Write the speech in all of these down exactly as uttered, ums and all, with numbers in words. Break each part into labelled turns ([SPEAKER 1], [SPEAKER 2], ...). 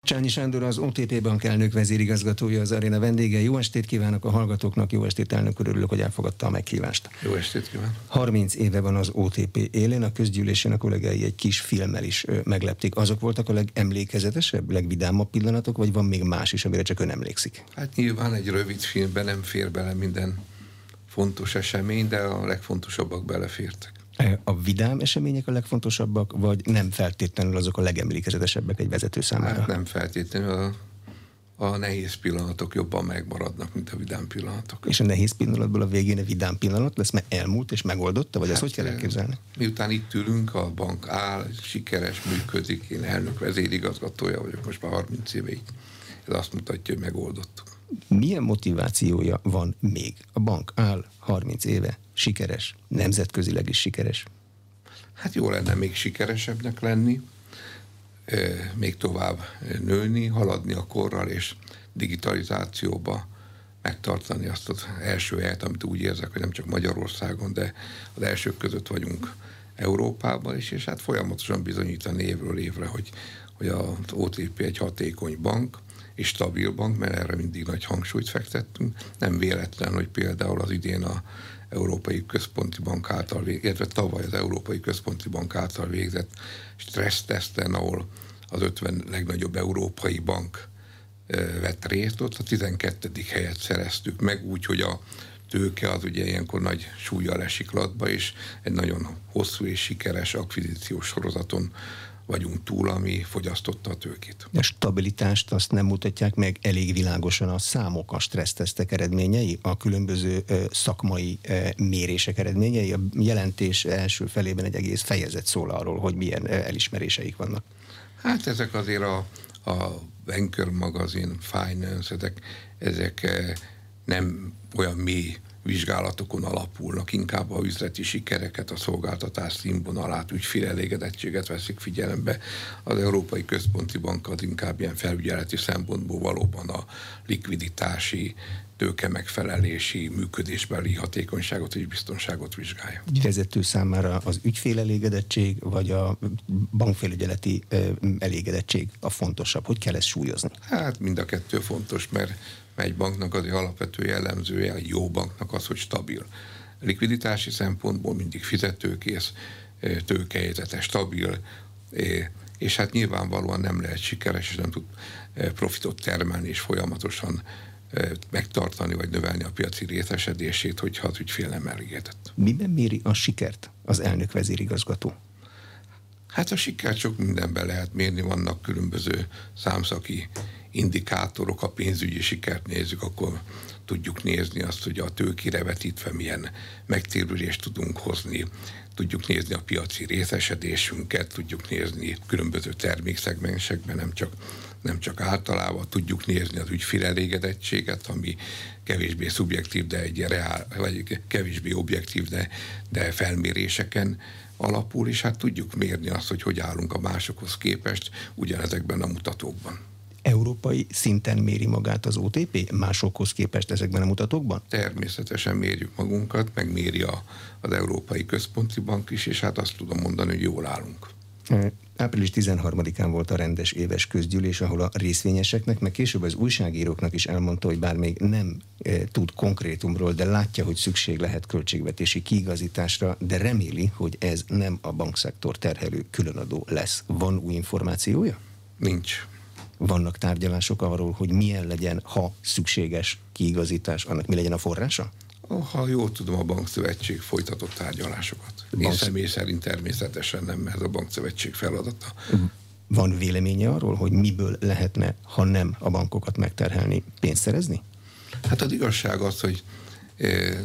[SPEAKER 1] Csányi Sándor, az o té pé Bank elnök vezérigazgatója, az aréna vendége. Jó estét kívánok a hallgatóknak, jó estét, elnök úr, örülök, hogy elfogadta a meghívást.
[SPEAKER 2] Jó estét kívánok.
[SPEAKER 1] harminc éve van az o té pé élén, a közgyűlésén a kollégái egy kis filmmel is meglepték. Azok voltak a legemlékezetesebb, legvidámabb pillanatok, vagy van még más is, amire csak ön emlékszik?
[SPEAKER 2] Hát nyilván egy rövid filmben nem fér bele minden fontos esemény, de a legfontosabbak belefértek.
[SPEAKER 1] A vidám események a legfontosabbak, vagy nem feltétlenül azok a legemlékezetesebbek egy vezető számára?
[SPEAKER 2] Hát nem feltétlenül. A, a nehéz pillanatok jobban megmaradnak, mint a vidám pillanatok.
[SPEAKER 1] És a nehéz pillanatból a végén a vidám pillanat lesz, mert elmúlt és megoldotta, vagy hát ezt hogy kell elképzelni?
[SPEAKER 2] Miután itt ülünk, a bank áll, sikeres, működik, én elnök vezérigazgatója vagyok most már harminc éve így. Ez azt mutatja, hogy megoldottuk.
[SPEAKER 1] Milyen motivációja van még? A bank áll harminc éve, sikeres, nemzetközileg is sikeres.
[SPEAKER 2] Hát jó lenne még sikeresebbnek lenni, még tovább nőni, haladni a korral és digitalizációba megtartani azt az első helyet, amit úgy érzek, hogy nem csak Magyarországon, de az elsők között vagyunk Európában is, és hát folyamatosan bizonyítani évről évre, hogy, hogy az o té pé egy hatékony bank, és stabil bank, mert erre mindig nagy hangsúlyt fektettünk. Nem véletlen, hogy például az idén a Európai Központi Bank által végzett, illetve tavaly az Európai Központi Bank által végzett stressztesten, ahol az ötven legnagyobb európai bank vett részt, ott a tizenkettedik helyet szereztük meg, úgy, hogy a tőke az ugye ilyenkor nagy súllyal esik latba, és egy nagyon hosszú és sikeres akvizíciós sorozaton vagyunk túl, ami fogyasztotta a tőkét.
[SPEAKER 1] A stabilitást azt nem mutatják meg elég világosan a számok, a stressztesztek eredményei, a különböző ö, szakmai ö, mérések eredményei. A jelentés első felében egy egész fejezet szól arról, hogy milyen ö, elismeréseik vannak.
[SPEAKER 2] Hát ezek azért a, a Banker magazin, Finance, ezek, ezek nem olyan mély vizsgálatokon alapulnak, inkább a üzleti sikereket, a szolgáltatás színvonalát, ügyfélelégedettséget veszik figyelembe. Az Európai Központi Bank az inkább ilyen felügyeleti szempontból valóban a likviditási, tőke megfelelési, működésbeli hatékonyságot és biztonságot vizsgálja.
[SPEAKER 1] Egy vezető számára az ügyfélelégedettség vagy a bankfelügyeleti elégedettség a fontosabb? Hogy kell ezt súlyozni?
[SPEAKER 2] Hát mind a kettő fontos, mert egy banknak az alapvető jellemzője, egy jó banknak az, hogy stabil. Likviditási szempontból mindig fizetőkész, tőkehelyzete stabil, és hát nyilvánvalóan nem lehet sikeres, és nem tud profitot termelni, és folyamatosan megtartani, vagy növelni a piaci részesedését, hogyha az ügyfél nem elégedett.
[SPEAKER 1] Miben méri a sikert az elnök vezérigazgató?
[SPEAKER 2] Hát a sikert sok mindenben lehet mérni, vannak különböző számszaki indikátorok, a pénzügyi sikert nézzük, akkor tudjuk nézni azt, hogy a tőkére vetítve milyen megtérülést tudunk hozni, tudjuk nézni a piaci részesedésünket, tudjuk nézni különböző termékszegmensekben, nem csak, nem csak általában, tudjuk nézni az ügyfélelégedettséget, ami kevésbé szubjektív, de egy reál, vagy kevésbé objektív, de, de felméréseken alapul, és hát tudjuk mérni azt, hogy hogy állunk a másokhoz képest ugyanezekben a mutatókban.
[SPEAKER 1] Európai szinten méri magát az o té pé másokhoz képest ezekben a mutatókban?
[SPEAKER 2] Természetesen mérjük magunkat, meg méri a, az Európai Központi Bank is, és hát azt tudom mondani, hogy jól állunk.
[SPEAKER 1] április tizenharmadikán volt a rendes éves közgyűlés, ahol a részvényeseknek, meg később az újságíróknak is elmondta, hogy bár még nem e, tud konkrétumról, de látja, hogy szükség lehet költségvetési kiigazításra, de reméli, hogy ez nem a bankszektor terhelő különadó lesz. Van új információja?
[SPEAKER 2] Nincs.
[SPEAKER 1] Vannak tárgyalások arról, hogy milyen legyen, ha szükséges kiigazítás, annak mi legyen a forrása?
[SPEAKER 2] Ha jól tudom, a Bankszövetség folytatott tárgyalásokat. Én Banksz... személy szerint természetesen nem, mert ez a Bankszövetség feladata.
[SPEAKER 1] Van véleménye arról, hogy miből lehetne, ha nem a bankokat megterhelni, pénzt szerezni?
[SPEAKER 2] Hát az igazság az, hogy eh,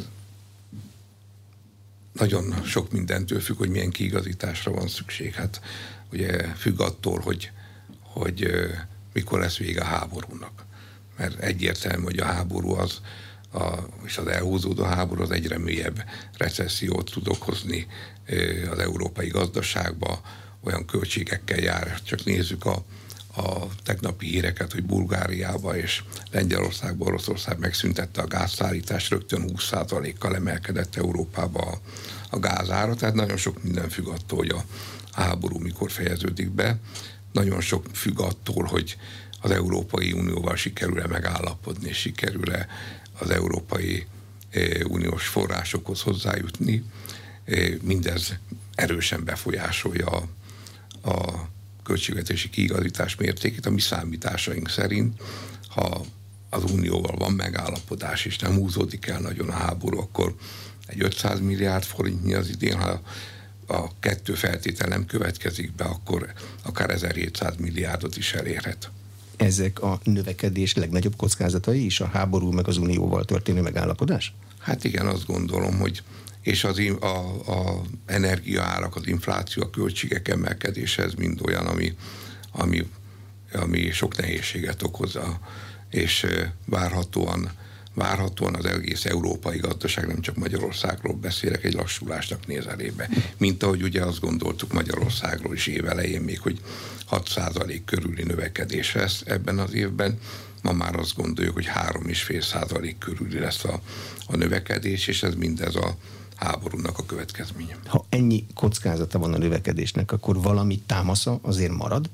[SPEAKER 2] nagyon sok mindentől függ, hogy milyen kiigazításra van szükség. Hát ugye függ attól, hogy, hogy eh, mikor lesz vége a háborúnak. Mert egyértelmű, hogy a háború az A, és az elhúzódó háború az egyre mélyebb recessziót tud okozni az európai gazdaságba, olyan költségekkel jár. Csak nézzük a, a tegnapi híreket, hogy Bulgáriába és Lengyelországba, Oroszország megszüntette a gázszállítást, rögtön húsz százalékkal emelkedett Európába a, a gázára, tehát nagyon sok minden függ attól, hogy a háború mikor fejeződik be. nagyon sok függ attól, hogy az Európai Unióval sikerül-e megállapodni, és sikerül-e az Európai Uniós forrásokhoz hozzájutni. Mindez erősen befolyásolja a, a költségvetési kiigazítás mértékét. A mi számításaink szerint, ha az Unióval van megállapodás, és nem húzódik el nagyon a háború, akkor egy ötszáz milliárd forintnyi az idén, ha a kettő feltétel nem következik be, akkor akár ezerhétszáz milliárdot is elérhet.
[SPEAKER 1] Ezek a növekedés legnagyobb kockázatai is, a háború meg az Unióval történő megállapodás?
[SPEAKER 2] Hát igen, azt gondolom, hogy és az a, a energiaárak, az infláció, a költségek emelkedése, ez mind olyan, ami, ami, ami sok nehézséget okoz, és várhatóan, várhatóan az egész európai gazdaság, nem csak Magyarországról beszélek, egy lassulásnak néz elébe. Mint ahogy ugye azt gondoltuk Magyarországról is évelején még, hogy hat százalék körüli növekedés lesz ebben az évben. Ma már azt gondoljuk, hogy három egész öt százalék körüli lesz a, a növekedés, és ez mindez a háborúnak a következménye.
[SPEAKER 1] Ha ennyi kockázata van a növekedésnek, akkor valami támasza azért marad?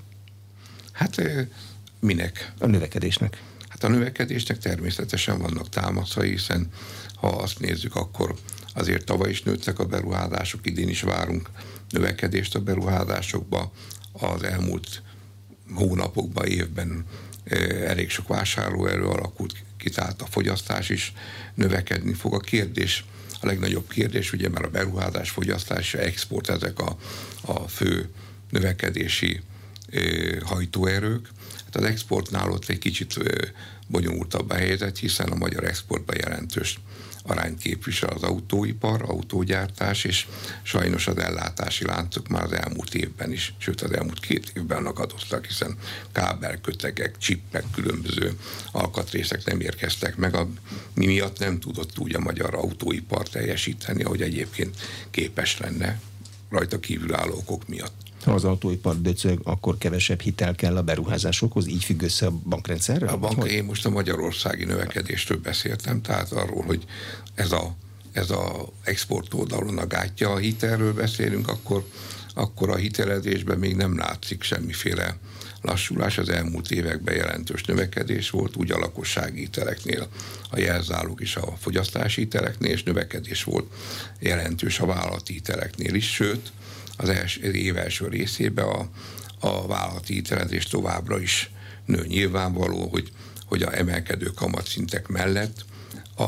[SPEAKER 2] Hát minek?
[SPEAKER 1] A növekedésnek.
[SPEAKER 2] Hát a növekedésnek természetesen vannak támaszai, hiszen ha azt nézzük, akkor azért tavaly is nőttek a beruházások, idén is várunk növekedést a beruházásokba. Az elmúlt hónapokban, évben elég sok vásárlóerő alakult ki, tehát a fogyasztás is növekedni fog. A kérdés, a legnagyobb kérdés, ugye már a beruházás, fogyasztás, export, ezek a, a fő növekedési ö, hajtóerők. Hát az exportnál ott egy kicsit ö, bonyolultabb a helyzet, hiszen a magyar exportban jelentős arányt képvisel az autóipar, autógyártás, és sajnos az ellátási láncok már az elmúlt évben is, sőt az elmúlt két évben akadoztak, hiszen kábelkötegek, csippek, különböző alkatrészek nem érkeztek meg, a, mi miatt nem tudott úgy a magyar autóipar teljesíteni, ahogy egyébként képes lenne, rajta kívülálló okok miatt.
[SPEAKER 1] Ha az autóipar döcög, akkor kevesebb hitel kell a beruházásokhoz, így függ össze a bankrendszerrel?
[SPEAKER 2] A bank, én most a magyarországi növekedésről beszéltem, tehát arról, hogy ez a, ez a export oldalon a gátja, a hitelről beszélünk, akkor, akkor a hitelezésben még nem látszik semmiféle lassulás. Az elmúlt években jelentős növekedés volt, úgy a lakossági hiteleknél, a jelzálog és a fogyasztási hiteleknél, és növekedés volt jelentős a vállalati hiteleknél is, sőt, az első, év első részében a, a vállalati hitelezés továbbra is nő. Nyilvánvaló, hogy, hogy a emelkedő kamatszintek mellett a,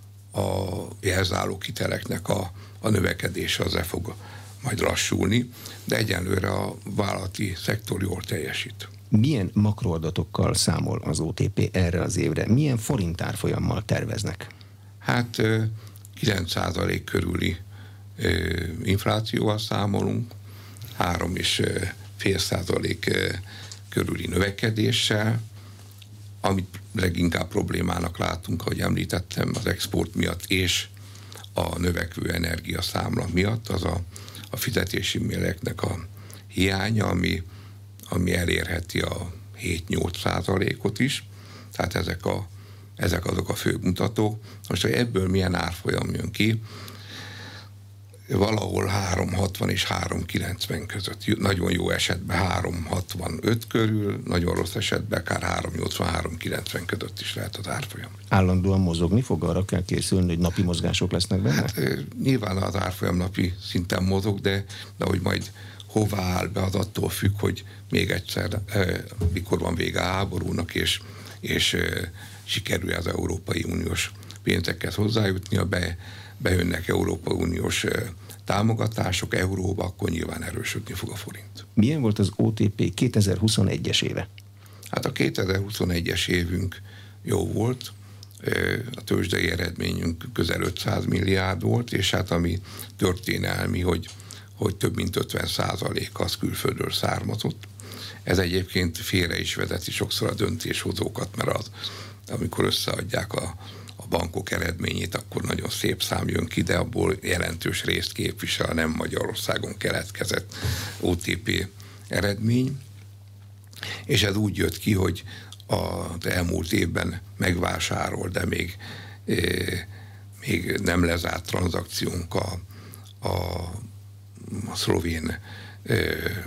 [SPEAKER 2] a jelzálók hiteleknek a, a növekedése az le fog majd lassulni, de egyenlőre a vállalati szektor jól teljesít.
[SPEAKER 1] Milyen makroadatokkal számol az o té pé erre az évre? Milyen forint árfolyammal terveznek?
[SPEAKER 2] Hát kilenc százalék körüli inflációval számolunk, három és fél százalék körüli növekedéssel, amit leginkább problémának látunk, ahogy említettem, az export miatt és a növekvő energiaszámla miatt, az a, a fizetési mérlegnek a hiánya, ami, ami elérheti a hét-nyolc százalékot is, tehát ezek, a, ezek azok a fő mutatók. Most, hogy ebből milyen árfolyam jön ki, valahol három hatvan és három kilencven között. Nagyon jó esetben három hatvanöt körül, nagyon rossz esetben akár három nyolcvan három kilencven között is lehet az árfolyam.
[SPEAKER 1] Állandóan mozogni fog, arra kell készülni, hogy napi mozgások lesznek benne?
[SPEAKER 2] Hát, nyilván az árfolyam napi szinten mozog, de, de hogy majd hová áll be, az attól függ, hogy még egyszer eh, mikor van vége a háborúnak, és, és eh, sikerül az Európai Uniós pénzekhez hozzájutni, a be bejönnek Európai Uniós támogatások euróba, akkor nyilván erősödni fog a forint.
[SPEAKER 1] Milyen volt az o té pé kétezer-huszonegyes éve?
[SPEAKER 2] Hát a kétezer-huszonegyes évünk jó volt, a tőzsdei eredményünk közel ötszáz milliárd volt, és hát ami történelmi, hogy, hogy több mint ötven százalék az külföldről származott. Ez egyébként félre is vezeti sokszor a döntéshozókat, mert az, amikor összeadják a a bankok eredményét, akkor nagyon szép szám jön ki, de abból jelentős részt képvisel a nem Magyarországon keletkezett o té pé eredmény. És ez úgy jött ki, hogy az elmúlt évben megvásárolt, de még, eh, még nem lezárt tranzakciónk a, a, a szlovén eh,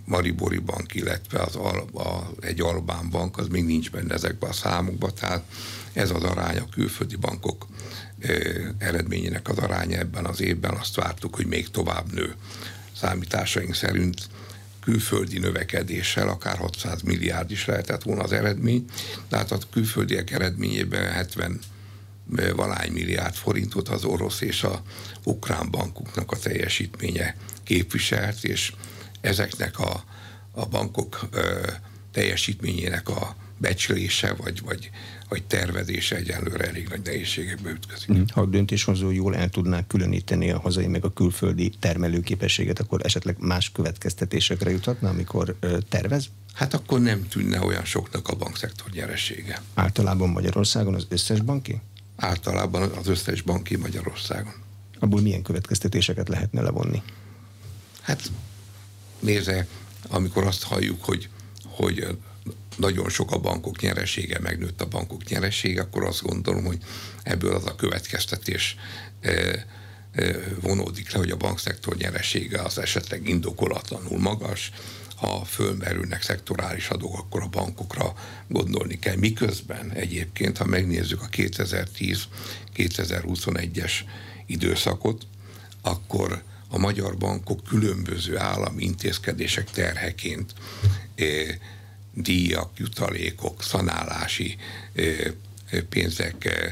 [SPEAKER 2] Maribori Bank, illetve az al, a, egy albán bank, az még nincs benne ezekben a számokban, tehát ez az arány a külföldi bankok eredményének az aránya ebben az évben, azt vártuk, hogy még tovább nő. Számításaink szerint külföldi növekedéssel akár hatszáz milliárd is lehetett volna az eredmény, de hát a külföldiek eredményében hetven valány milliárd forintot az orosz és a ukrán bankoknak a teljesítménye képviselt, és ezeknek a, a bankok ö, teljesítményének a becslése vagy, vagy, vagy tervezése egyenlőre elég nagy nehézségekbe ütközik.
[SPEAKER 1] Ha a döntéshozó jól el tudnák különíteni a hazai meg a külföldi termelőképességet, akkor esetleg más következtetésekre juthatna, amikor ö, tervez?
[SPEAKER 2] Hát akkor nem tűnne olyan soknak a bankszektor nyeresége.
[SPEAKER 1] Általában Magyarországon az összes banki?
[SPEAKER 2] Általában az összes banki Magyarországon.
[SPEAKER 1] Abból milyen következtetéseket lehetne levonni?
[SPEAKER 2] Hát nézze, amikor azt halljuk, hogy, hogy nagyon sok a bankok nyeresége, megnőtt a bankok nyeresége, akkor azt gondolom, hogy ebből az a következtetés e, e, vonódik le, hogy a bankszektor nyeresége az esetleg indokolatlanul magas. Ha fölmerülnek szektorális adók, akkor a bankokra gondolni kell. Miközben egyébként, ha megnézzük a kétezer-tíz kétezer-huszonegyes időszakot, akkor a magyar bankok különböző állami intézkedések terheként eh, díjak, jutalékok, szanálási eh, pénzek eh,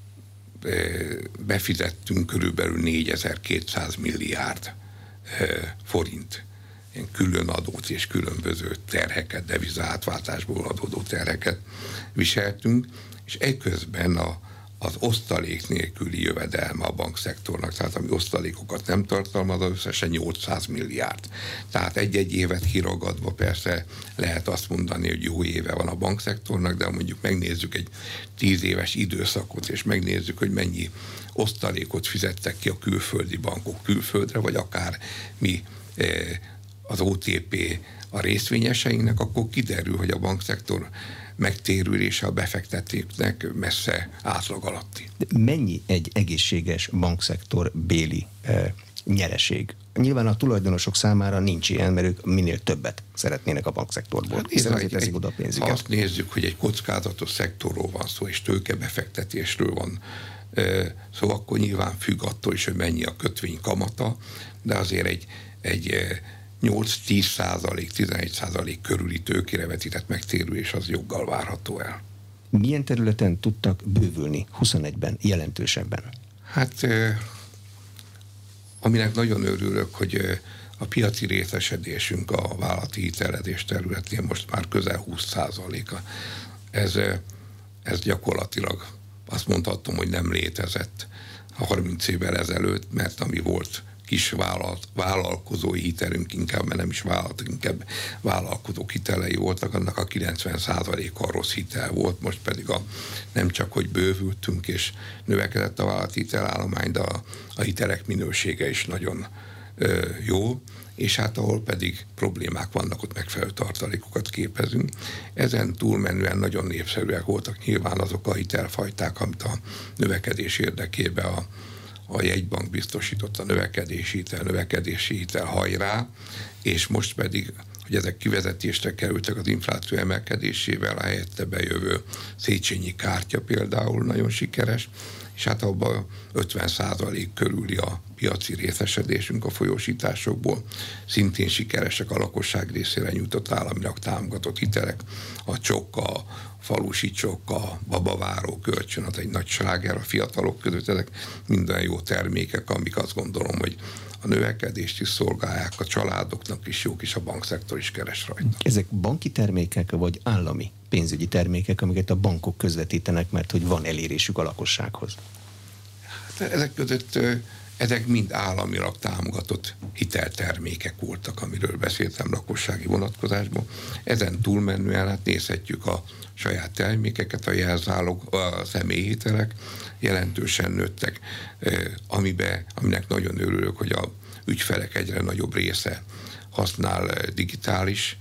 [SPEAKER 2] eh, befizettünk körülbelül négyezer-kétszáz milliárd eh, forint ilyen külön adót és különböző terheket, devizaátváltásból adódó terheket viseltünk, és eközben a, az osztalék nélküli jövedelme a bankszektornak, tehát ami osztalékokat nem tartalmaz, az összesen nyolcszáz milliárd. Tehát egy-egy évet kiragadva persze lehet azt mondani, hogy jó éve van a bankszektornak, de mondjuk megnézzük egy tíz éves időszakot, és megnézzük, hogy mennyi osztalékot fizettek ki a külföldi bankok külföldre, vagy akár mi eh, az o té pé a részvényeseinknek, akkor kiderül, hogy a bankszektor megtérülése a befektetőknek messze átlag alatti.
[SPEAKER 1] De mennyi egy egészséges bankszektor béli e, nyereség? Nyilván a tulajdonosok számára nincs ilyen, mert ők minél többet szeretnének a bankszektorból.
[SPEAKER 2] Hát
[SPEAKER 1] hiszen azért
[SPEAKER 2] egy,
[SPEAKER 1] teszik oda a pénzüket.
[SPEAKER 2] Ha azt nézzük, hogy egy kockázatos szektorról van szó, és tőkebefektetésről van e, szó, akkor nyilván függ attól is, hogy mennyi a kötvény kamata, de azért egy, egy nyolc-tíz százalék, tizenegy százalék körüli tőkére vetített megtérülés az joggal várható el.
[SPEAKER 1] Milyen területen tudtak bővülni huszonegyben jelentősebben?
[SPEAKER 2] Hát aminek nagyon örülök, hogy a piaci részesedésünk a vállalati hitelezés területén most már közel húsz százaléka. Ez, ez gyakorlatilag azt mondhatom, hogy nem létezett a harminc évvel ezelőtt, mert ami volt kis vállalt, vállalkozói hitelünk inkább, mert nem is vállalatok, inkább vállalkozók hitelei voltak, annak a kilencven százaléka a rossz hitel volt, most pedig a, nem csak, hogy bővültünk és növekedett a vállalati hitelállomány, de a, a hitelek minősége is nagyon ö, jó, és hát ahol pedig problémák vannak, ott megfelelő tartalékokat képezünk. Ezen túlmenően nagyon népszerűek voltak nyilván azok a hitelfajták, amit a növekedés érdekében a a jegybank biztosított a növekedési hitel, növekedési hitel hajrá, és most pedig, hogy ezek kivezetésre kerültek az infláció emelkedésével, a helyette bejövő Széchenyi kártya például nagyon sikeres, és hát abban ötven százalék körüli a piaci részesedésünk a folyósításokból. Szintén sikeresek a lakosság részére nyújtott államilag támogatott hitelek, a csokk, a falusi csokk, a babaváró kölcsön, az egy nagy sláger a fiatalok között, ezek minden jó termékek, amik azt gondolom, hogy a növekedést is szolgálják, a családoknak is jók, és a bankszektor is keres rajta.
[SPEAKER 1] Ezek banki termékek, vagy állami pénzügyi termékek, amiket a bankok közvetítenek, mert hogy van elérésük a lakossághoz?
[SPEAKER 2] Hát ezek között ezek mind államilag támogatott hiteltermékek voltak, amiről beszéltem lakossági vonatkozásban. Ezen túlmenően hát nézhetjük a saját termékeket, a jelzálog, a személyhitelek jelentősen nőttek, amibe, aminek nagyon örülök, hogy a ügyfelek egyre nagyobb része használ digitális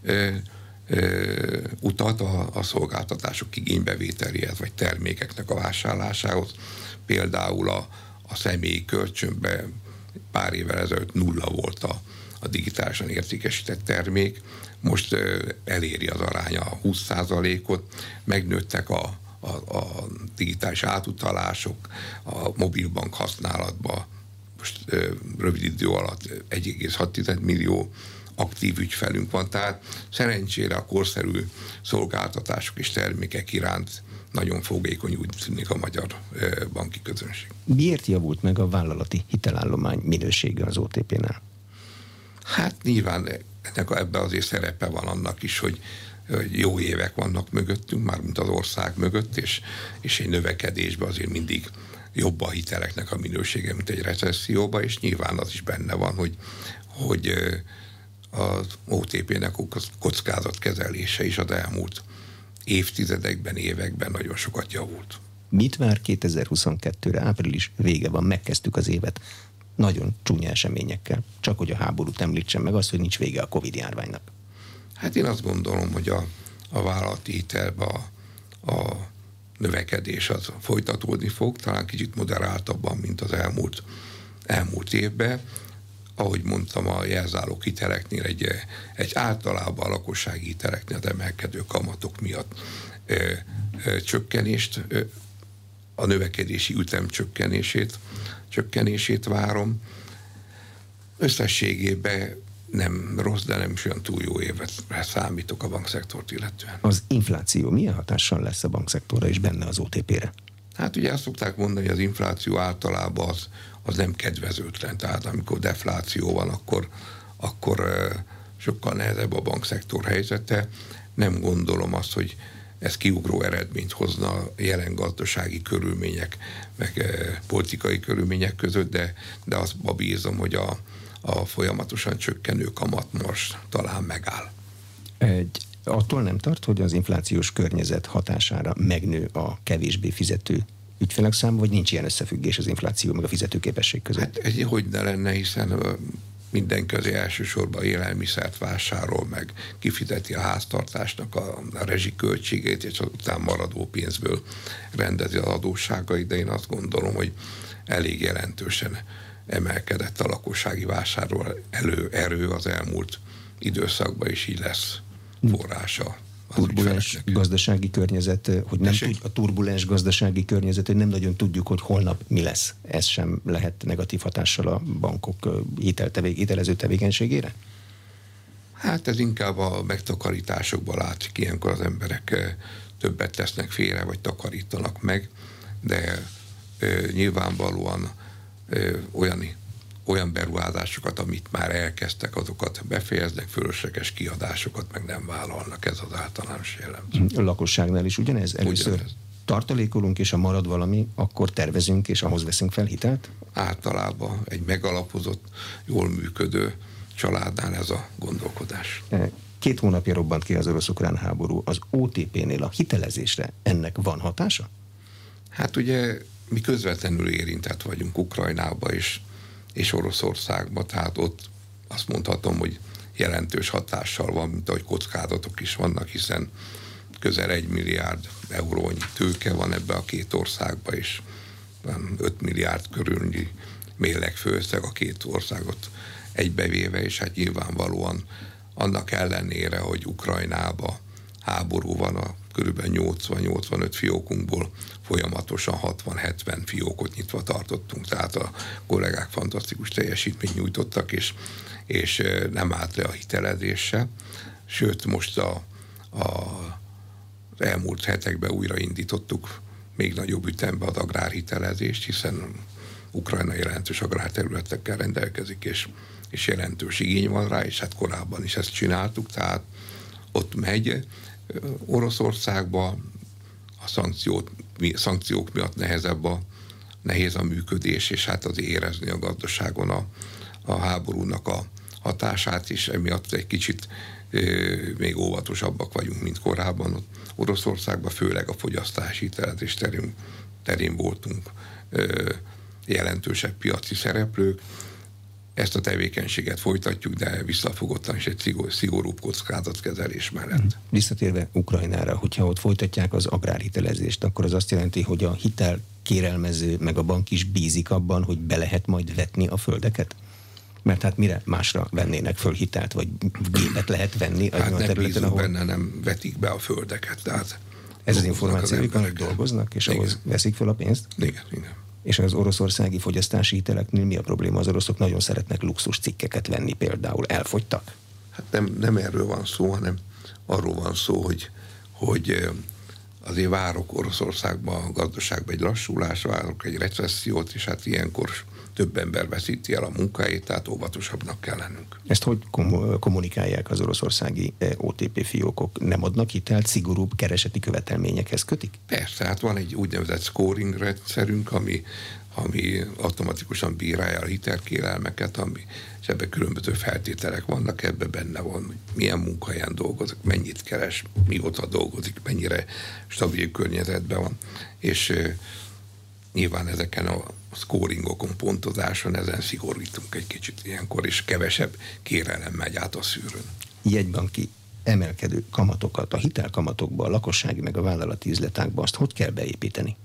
[SPEAKER 2] utat a, a szolgáltatások igénybevételéhez, vagy termékeknek a vásárlásához. Például a, a személyi kölcsönben pár évvel ezelőtt nulla volt a, a a digitálisan értékesített termék. Most eléri az aránya a húsz százalékot, megnőttek a, a, a digitális átutalások, a mobilbank használatban most rövid idő alatt egy egész hat millió aktív ügyfelünk van, tehát szerencsére a korszerű szolgáltatások és termékek iránt nagyon fogékony, úgy tűnik, a magyar banki közönség.
[SPEAKER 1] Miért javult meg a vállalati hitelállomány minősége az o té pé-nál?
[SPEAKER 2] Hát nyilván ennek ebben azért szerepe van annak is, hogy, hogy jó évek vannak mögöttünk, mármint az ország mögött, és, és egy növekedésben azért mindig jobb a hiteleknek a minősége, mint egy recesszióban, és nyilván az is benne van, hogy, hogy az o té pé-nek a kockázatkezelése is az elmúlt évtizedekben, években nagyon sokat javult.
[SPEAKER 1] Mit vár kétezer-huszonkettőre? Április vége van, megkezdtük az évet nagyon csúnya eseményekkel. Csak hogy a háborút említsem meg, az, hogy nincs vége a Covid járványnak.
[SPEAKER 2] Hát én azt gondolom, hogy a, a vállalati hitelben a, a növekedés az folytatódni fog, talán kicsit moderáltabban, mint az elmúlt, elmúlt évben. Ahogy mondtam, a jelzálók hiteleknél egy, egy általában a lakossági hiteleknél az emelkedő kamatok miatt ö, ö, csökkenést, ö, a növekedési ütem csökkenését, csökkenését várom. Összességében nem rossz, de nem is olyan túl jó évet számítok a bankszektort illetően.
[SPEAKER 1] Az infláció milyen hatással lesz a bankszektorra és benne az o té pé-re?
[SPEAKER 2] Hát ugye azt szokták mondani, hogy az infláció általában az, az nem kedvezőtlen, tehát amikor defláció van, akkor, akkor sokkal nehezebb a bankszektor helyzete. Nem gondolom azt, hogy ez kiugró eredményt hozna a jelen gazdasági körülmények, meg politikai körülmények között, de, de azt bízom, hogy a, a folyamatosan csökkenő kamatmars talán megáll.
[SPEAKER 1] Egy, attól nem tart, hogy az inflációs környezet hatására megnő a kevésbé fizető ügyfelek száma, vagy nincs ilyen összefüggés az infláció meg a fizetőképesség között?
[SPEAKER 2] Hát egy, hogy ne lenne, hiszen mindenki az elsősorban élelmiszert vásárol, meg kifizeti a háztartásnak a, a rezsiköltségét, és azután maradó pénzből rendezi az adósságait, de én azt gondolom, hogy elég jelentősen emelkedett a lakossági vásárol elő, erő az elmúlt időszakban, és így lesz forrása.
[SPEAKER 1] Turbulens gazdasági környezet, hogy nem tud, a turbulens gazdasági környezet, hogy nem nagyon tudjuk, hogy holnap mi lesz. Ez sem lehet negatív hatással a bankok hiteltevé, hitelező tevékenységére?
[SPEAKER 2] Hát ez inkább a megtakarításokban látszik, ilyenkor az emberek többet tesznek félre, vagy takarítanak meg, de ö, nyilvánvalóan ö, olyan olyan beruházásokat, amit már elkezdtek, azokat befejeznek, fölösleges kiadásokat meg nem vállalnak, ez az általános jellemző.
[SPEAKER 1] A lakosságnál is ugyanez? Először ugyanez. Tartalékolunk, és ha marad valami, akkor tervezünk, és ahhoz veszünk fel hitelt?
[SPEAKER 2] Általában egy megalapozott, jól működő családnál ez a gondolkodás.
[SPEAKER 1] Két hónapja robbant ki az orosz-ukrán háború. Az o té pé-nél a hitelezésre ennek van hatása?
[SPEAKER 2] Hát ugye mi közvetlenül érintett vagyunk Ukrajnába is, és Oroszországban, tehát ott azt mondhatom, hogy jelentős hatással van, mint ahogy kockázatok is vannak, hiszen közel egy milliárd eurónyi tőke van ebbe a két országba, és öt milliárd körülnyi mérlegfőösszeg a két országot egybevéve, és hát nyilvánvalóan annak ellenére, hogy Ukrajnában háború van, a körülbelül nyolcvan-nyolcvanöt fiókunkból folyamatosan hatvan-hetven fiókot nyitva tartottunk, tehát a kollégák fantasztikus teljesítményt nyújtottak, és, és nem állt le a hitelezése. Sőt, most a, a, az elmúlt hetekben újraindítottuk még nagyobb ütembe az agrárhitelezést, hiszen Ukrajna jelentős agrárterületekkel rendelkezik, és, és jelentős igény van rá, és hát korábban is ezt csináltuk, tehát ott megy. Oroszországban a szankciót, szankciók miatt nehezebb a, nehéz a működés, és hát az érezni a gazdaságon a, a háborúnak a hatását is, emiatt egy kicsit e, még óvatosabbak vagyunk, mint korábban. Oroszországban főleg a fogyasztási hitelezés terén, terén voltunk e, jelentősebb piaci szereplők. Ezt a tevékenységet folytatjuk, de visszafogottan is egy szigor, szigorúbb kockázatkezelés mellett.
[SPEAKER 1] Visszatérve Ukrajnára, hogyha ott folytatják az agrárhitelezést, akkor az azt jelenti, hogy a hitel kérelmező meg a bank is bízik abban, hogy be lehet majd vetni a földeket? Mert hát mire másra vennének föl hitelt, vagy gépet lehet venni
[SPEAKER 2] hát
[SPEAKER 1] a területen,
[SPEAKER 2] ahol...
[SPEAKER 1] ahol...
[SPEAKER 2] benne nem vetik be a földeket. Tehát
[SPEAKER 1] ez az információjuk, hogy dolgoznak, és igen. ahhoz veszik föl a pénzt?
[SPEAKER 2] Igen, igen.
[SPEAKER 1] És az oroszországi fogyasztási hiteleknél mi a probléma? Az oroszok nagyon szeretnek luxus cikkeket venni például. Elfogytak?
[SPEAKER 2] Hát nem, nem erről van szó, hanem arról van szó, hogy, hogy azért várok Oroszországban a gazdaságban egy lassulás, várok egy recessziót, és hát ilyenkor több ember veszíti el a munkáját, tehát óvatosabbnak kell lennünk.
[SPEAKER 1] Ezt hogy kom- kommunikálják az oroszországi o té pé fiókok? Nem adnak hitelt, szigorúbb kereseti követelményekhez kötik?
[SPEAKER 2] Persze, hát van egy úgynevezett scoring rendszerünk, ami, ami automatikusan bírálja a hitelkérelmeket, ami, és ebben különböző feltételek vannak, ebben benne van, hogy milyen munkahelyen dolgozik, mennyit keres, mióta dolgozik, mennyire stabil környezetben van, és e, nyilván ezeken a scoringokon, pontozáson, ezen szigorítunk egy kicsit ilyenkor, és kevesebb kérelem megy át a szűrőn.
[SPEAKER 1] Jegybanki emelkedő kamatokat a hitelkamatokba, a lakossági meg a vállalati üzletákba, azt hogy kell beépíteni?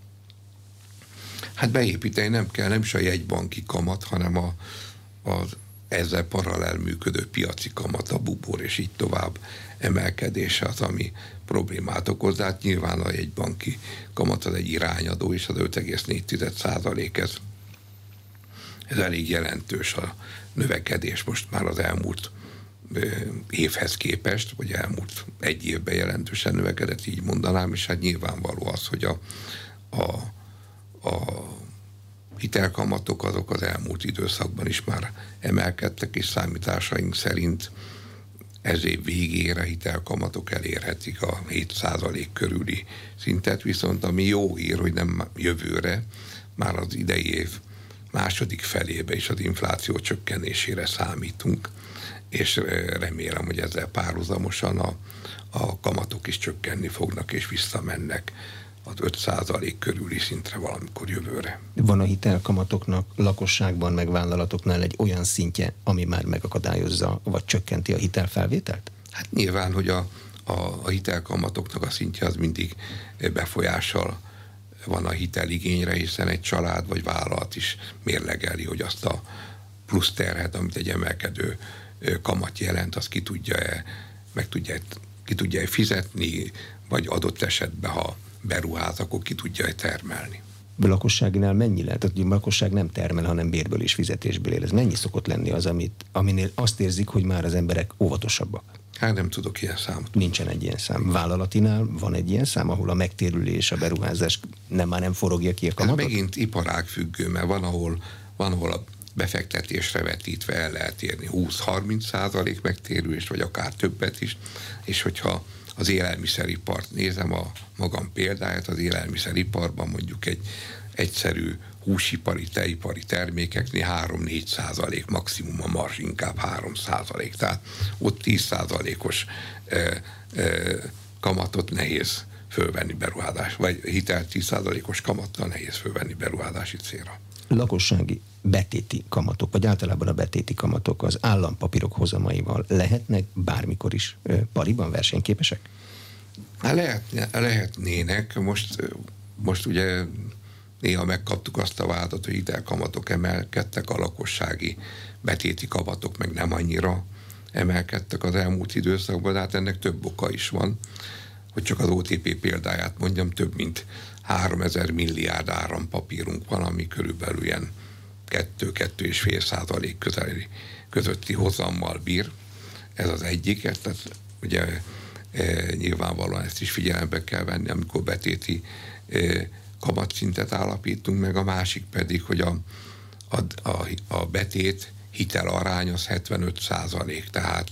[SPEAKER 2] Hát beépíteni nem kell, nem is a jegybanki kamat, hanem a, az ezzel paralel működő piaci kamat, a bubor és így tovább emelkedése az, ami problémát okoz. Hát nyilván a jegybanki kamat az egy irányadó, és az öt egész négy százalék, ez, ez elég jelentős a növekedés most már az elmúlt évhez képest, vagy elmúlt egy évben jelentősen növekedett, így mondanám, és hát nyilvánvaló az, hogy a, a, a hitelkamatok azok az elmúlt időszakban is már emelkedtek, és számításaink szerint ez év végére hitelkamatok elérhetik a hét százalék körüli szintet, viszont ami jó hír, hogy nem jövőre, már az idei év második felébe is az infláció csökkenésére számítunk, és remélem, hogy ezzel párhuzamosan a, a kamatok is csökkenni fognak, és visszamennek az öt százalék körüli szintre valamikor jövőre.
[SPEAKER 1] Van a hitelkamatoknak lakosságban, meg vállalatoknál egy olyan szintje, ami már megakadályozza, vagy csökkenti a hitelfelvételt?
[SPEAKER 2] Hát nyilván, hogy a, a, a hitelkamatoknak a szintje az mindig befolyással van a hiteligényre, hiszen egy család vagy vállalat is mérlegeli, hogy azt a plusz terhet, amit egy emelkedő kamat jelent, azt ki tudja-e, meg tudja, ki tudja-e fizetni, vagy adott esetben, ha beruház, akkor ki tudja-e termelni.
[SPEAKER 1] A lakosságnál mennyi lehet? Tehát a lakosság nem termel, hanem bérből és fizetésből él. Ez mennyi szokott lenni az, amit, aminél azt érzik, hogy már az emberek óvatosabbak?
[SPEAKER 2] Hát nem tudok ilyen számot.
[SPEAKER 1] Nincsen egy ilyen szám. Vállalatinál van egy ilyen szám, ahol a megtérülés, a beruházás nem már nem forogja ki a kamatot?
[SPEAKER 2] Ez megint iparág függő, mert van, ahol, van, ahol a befektetésre vetítve el lehet érni húsz-harminc százalék megtérülést, vagy akár többet is, és hogyha az élelmiszeripart nézem, a magam példáját, az élelmiszeriparban mondjuk egy egyszerű húsipari, tejipari termékeknél három-négy százalék maximum a marzs, inkább három százalék. Tehát ott tíz százalékos e, e, kamatot nehéz fölvenni beruházás, vagy hitel tíz százalékos kamattal nehéz fölvenni beruházási célra.
[SPEAKER 1] Lakossági betéti kamatok, vagy általában a betéti kamatok az állampapírok hozamaival lehetnek bármikor is pariban versenyképesek?
[SPEAKER 2] Hát lehetne, lehetnének. Most, most ugye néha megkaptuk azt a vádat, hogy hitelkamatok emelkedtek, a lakossági betéti kamatok meg nem annyira emelkedtek az elmúlt időszakban, de hát ennek több oka is van. Hogy csak az o té pé példáját mondjam, több mint háromezer milliárd árampapírunk van, ami körülbelül ilyen kettő-kettő és fél százalék közeli, közötti hozammal bír. Ez az egyik, tehát ugye e, nyilvánvalóan ezt is figyelembe kell venni, amikor betéti e, kamatszintet állapítunk meg, a másik pedig, hogy a, a, a, a betét hitel arány az hetvenöt százalék, tehát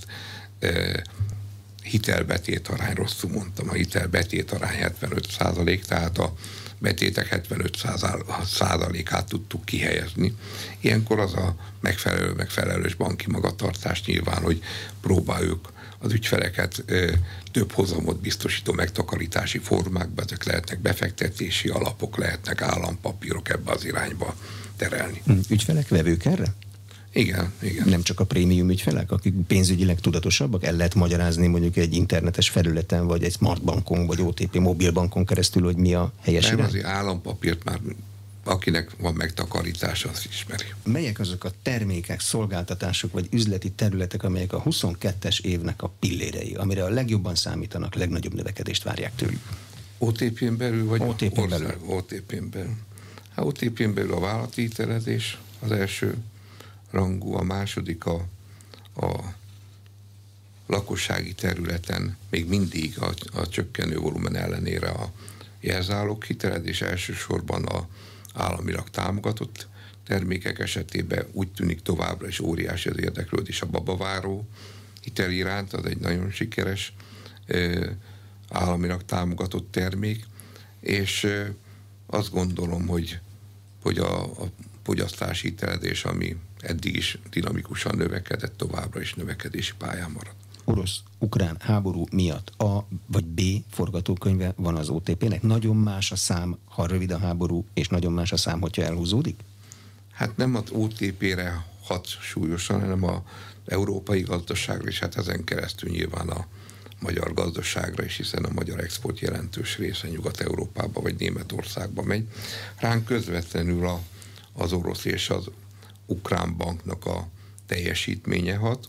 [SPEAKER 2] e, hitelbetét arány, rosszul mondtam, a hitelbetét arány hetvenöt százalék, tehát a betétek hetvenöt százalékát tudtuk kihelyezni. Ilyenkor az a megfelelő, megfelelős banki magatartás nyilván, hogy próbáljuk az ügyfeleket ö, több hozamot biztosító megtakarítási formákba, ezek lehetnek befektetési alapok, lehetnek állampapírok, ebbe az irányba terelni.
[SPEAKER 1] Ügyfelek, vevők erre?
[SPEAKER 2] Igen, igen.
[SPEAKER 1] Nem csak a prémium ügyfelek, akik pénzügyileg tudatosabbak? El lehet magyarázni mondjuk egy internetes felületen, vagy egy smart bankon, vagy o té pé mobilbankon keresztül, hogy mi a helyes
[SPEAKER 2] Nem,
[SPEAKER 1] irány?
[SPEAKER 2] azért állampapírt már akinek van megtakarítása, az ismeri.
[SPEAKER 1] Melyek azok a termékek, szolgáltatások vagy üzleti területek, amelyek a huszonkettes évnek a pillérei, amire a legjobban számítanak, legnagyobb növekedést várják tőlük?
[SPEAKER 2] o té pén belül, vagy
[SPEAKER 1] o té pén belül?
[SPEAKER 2] o té pén belül. Hát o té pén belül a vállalati hitelezés az első rangú, a második a, a lakossági területen még mindig a, a csökkenő volumen ellenére a jelzálók hitelezés, elsősorban a államilag támogatott termékek esetében úgy tűnik továbbra is óriási az érdeklődés a babaváró hitel iránt, az egy nagyon sikeres államilag támogatott termék, és azt gondolom, hogy, hogy a, a fogyasztási hitelezés, ami eddig is dinamikusan növekedett, továbbra is növekedési pályán marad.
[SPEAKER 1] Orosz-ukrán háború miatt A vagy B forgatókönyve van az o té pének? Nagyon más a szám, ha rövid a háború, és nagyon más a szám, hogyha elhúzódik?
[SPEAKER 2] Hát nem az o té pére hat súlyosan, hanem az európai gazdaságra, és hát ezen keresztül nyilván a magyar gazdaságra is, hiszen a magyar export jelentős része Nyugat-Európába vagy Németországba megy. Ránk közvetlenül a, az orosz és az ukrán banknak a teljesítménye hat.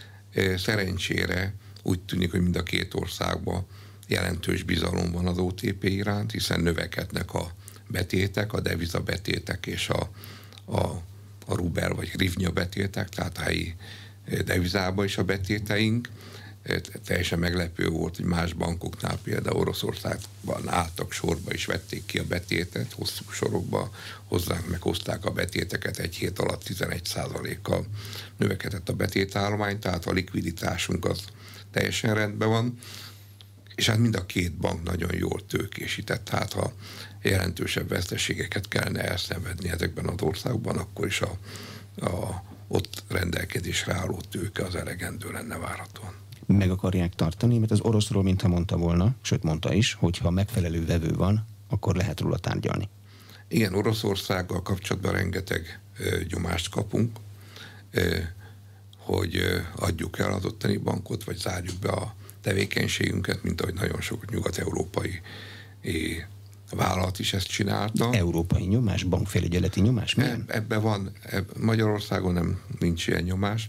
[SPEAKER 2] Szerencsére úgy tűnik, hogy mind a két országban jelentős bizalom van az o té pé iránt, hiszen növekednek a betétek, a devizabetétek és a, a, a rubel vagy grivnya betétek, tehát a helyi devizában is a betéteink. Teljesen meglepő volt, hogy más bankoknál, például Oroszországban álltak sorba és vették ki a betétet, hosszú sorokba hozzánk meghozták a betéteket, egy hét alatt tizenegy százalékkal növekedett a betétállomány, tehát a likviditásunk az teljesen rendben van, és hát mind a két bank nagyon jól tőkésített, tehát ha jelentősebb veszteségeket kellene elszenvedni ezekben az országban, akkor is a, a ott rendelkezésre álló tőke az elegendő lenne várhatóan.
[SPEAKER 1] Meg akarják tartani, mert az oroszról mintha mondta volna, sőt mondta is, hogy ha megfelelő vevő van, akkor lehet róla tárgyalni.
[SPEAKER 2] Igen, Oroszországgal kapcsolatban rengeteg ö, nyomást kapunk, ö, hogy ö, adjuk el az ottani bankot, vagy zárjuk be a tevékenységünket, mint ahogy nagyon sok nyugat-európai é, vállalat is ezt csinálta.
[SPEAKER 1] Európai nyomás, bankfelügyeleti nyomás?
[SPEAKER 2] Milyen? Ebben van, eb, Magyarországon nem nincs ilyen nyomás.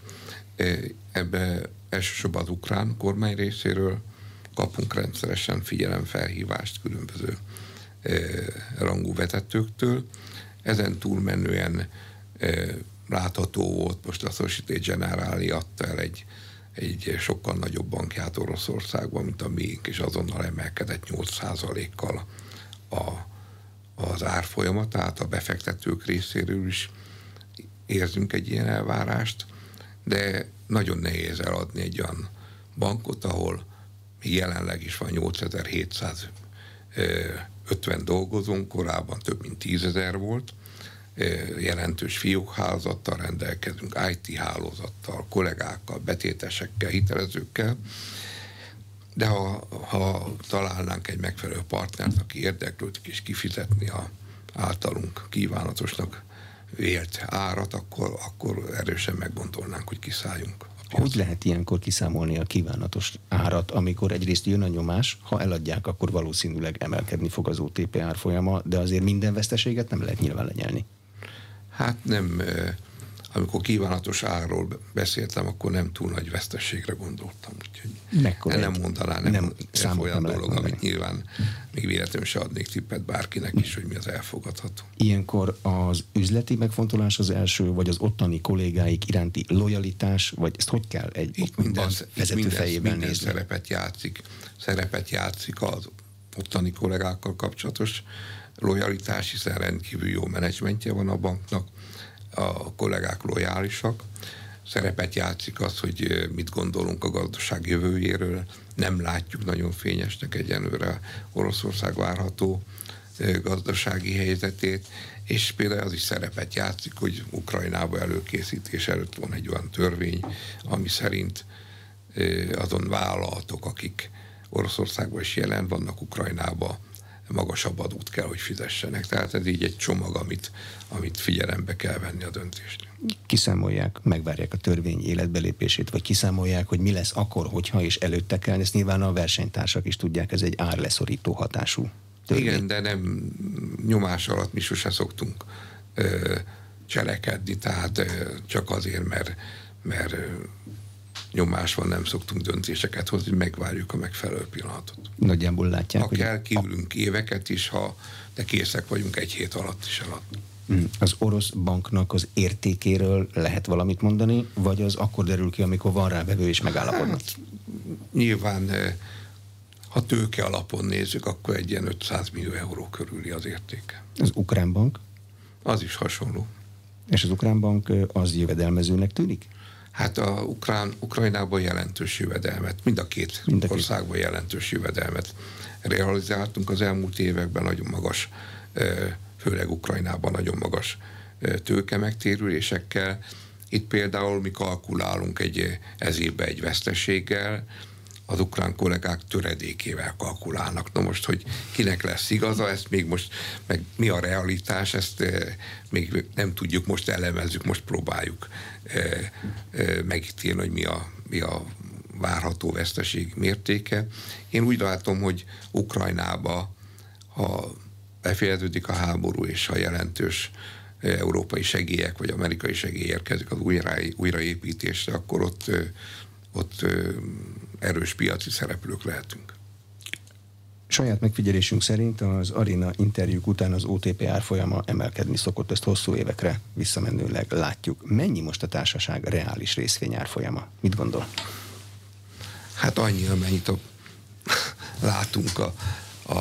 [SPEAKER 2] Ebben elsősorban az ukrán kormány részéről kapunk rendszeresen figyelemfelhívást különböző e, rangú vezetőktől. Ezen túlmenően e, látható volt, most a Société Générale adta el egy, egy sokkal nagyobb bankját Oroszországban, mint a miénk, és azonnal emelkedett nyolc százalékkal a, az árfolyama, tehát a befektetők részéről is érzünk egy ilyen elvárást, de nagyon nehéz eladni egy olyan bankot, ahol még jelenleg is van nyolcezer-hétszázötven dolgozónk, korábban több mint tízezer volt, jelentős fiókhálózattal rendelkezünk, i té hálózattal, kollégákkal, betétesekkel, hitelezőkkel, de ha, ha találnánk egy megfelelő partnert, aki érdeklődik és kifizetni a általunk kívánatosnak vélt árat, akkor, akkor erősen meggondolnánk, hogy kiszálljunk.
[SPEAKER 1] Hogy lehet ilyenkor kiszámolni a kívánatos árat, amikor egyrészt jön a nyomás, ha eladják, akkor valószínűleg emelkedni fog az o té pé árfolyama, de azért minden veszteséget nem lehet nyilván lenyelni.
[SPEAKER 2] Hát nem, amikor kívánatos árról beszéltem, akkor nem túl nagy veszteségre gondoltam. Úgyhogy nem mondanám, nem, nem ez olyan nem dolog, amit nyilván még véletlenül se adnék tippet bárkinek is, hogy mi az elfogadható.
[SPEAKER 1] Ilyenkor az üzleti megfontolás az első, vagy az ottani kollégáik iránti lojalitás, vagy ezt hogy kell egy
[SPEAKER 2] itt minden,
[SPEAKER 1] vezető
[SPEAKER 2] minden,
[SPEAKER 1] fejében
[SPEAKER 2] minden
[SPEAKER 1] nézni?
[SPEAKER 2] szerepet játszik. Szerepet játszik az ottani kollégákkal kapcsolatos lojalitás, hiszen rendkívül jó menedzsmentje van a banknak, a kollégák lojálisak. Szerepet játszik az, hogy mit gondolunk a gazdaság jövőjéről. Nem látjuk nagyon fényesnek egyenlőre Oroszország várható gazdasági helyzetét, és például az is szerepet játszik, hogy Ukrajnába előkészítés előtt van egy olyan törvény, ami szerint azon vállalatok, akik Oroszországban is jelen vannak, Ukrajnába magasabb adót kell, hogy fizessenek. Tehát ez így egy csomag, amit, amit figyelembe kell venni a döntést.
[SPEAKER 1] Kiszámolják, megvárják a törvény életbelépését, vagy kiszámolják, hogy mi lesz akkor, hogyha és előtte kell. Ezt nyilván a versenytársak is tudják, ez egy árleszorító hatású törvény.
[SPEAKER 2] Igen, de nem nyomás alatt mi sose szoktunk ö, cselekedni, tehát ö, csak azért, mert, mert ö, nyomás van, nem szoktunk döntéseket hozni, hogy megvárjuk a megfelelő pillanatot.
[SPEAKER 1] Nagyjából látják,
[SPEAKER 2] ha
[SPEAKER 1] hogy
[SPEAKER 2] kell, kiülünk éveket is, ha, de készek vagyunk egy hét alatt is eladni.
[SPEAKER 1] Az orosz banknak az értékéről lehet valamit mondani, vagy az akkor derül ki, amikor van rá vevő és megállapodnak?
[SPEAKER 2] Hát, nyilván, ha tőke alapon nézzük, akkor egy ilyen ötszáz millió euró körüli az értéke.
[SPEAKER 1] Az ukrán bank?
[SPEAKER 2] Az is hasonló.
[SPEAKER 1] És az ukrán bank az jövedelmezőnek tűnik?
[SPEAKER 2] Hát a Ukrán, Ukrajnában jelentős jövedelmet, mind a két, mind a két országban jelentős jövedelmet realizáltunk az elmúlt években, nagyon magas, főleg Ukrajnában nagyon magas tőke megtérülésekkel. Itt például mi kalkulálunk egy, ez évben egy veszteséggel, az ukrán kollégák töredékével kalkulálnak. Na most, hogy kinek lesz igaza, ezt még most, meg mi a realitás, ezt e, még nem tudjuk, most elemezzük, most próbáljuk e, e, megítélni, hogy mi a, mi a várható veszteség mértéke. Én úgy látom, hogy Ukrajnába, ha befejeződik a háború, és ha jelentős európai segélyek, vagy amerikai segély érkezik az újra, újraépítésre, akkor ott, ott erős piaci szereplők lehetünk.
[SPEAKER 1] Saját megfigyelésünk szerint az Arena interjúk után az o té pé árfolyama emelkedni szokott, ezt hosszú évekre visszamenőleg látjuk. Mennyi most a társaság reális részvény árfolyama? Mit gondol?
[SPEAKER 2] Hát annyi, amennyit a, látunk a, a,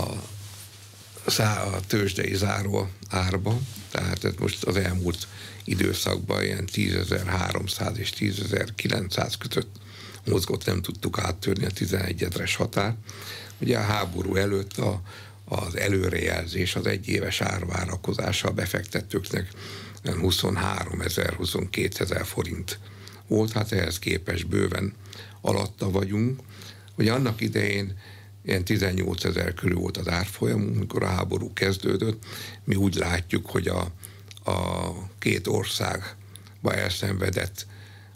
[SPEAKER 2] a tőzsdei záró árba, tehát ez most az elmúlt időszakban ilyen tízezer-háromszáz és tízezer-kilencszáz között mozgott, nem tudtuk áttörni a tizenegyezres határ. Ugye a háború előtt a, az előrejelzés, az egyéves árvárakozása a befektetőknek huszonháromezer, huszonkétezer forint volt, hát ehhez képest bőven alatta vagyunk. Ugye annak idején ilyen tizennyolcezer körül volt az árfolyamunk, amikor a háború kezdődött. Mi úgy látjuk, hogy a, a két országba elszenvedett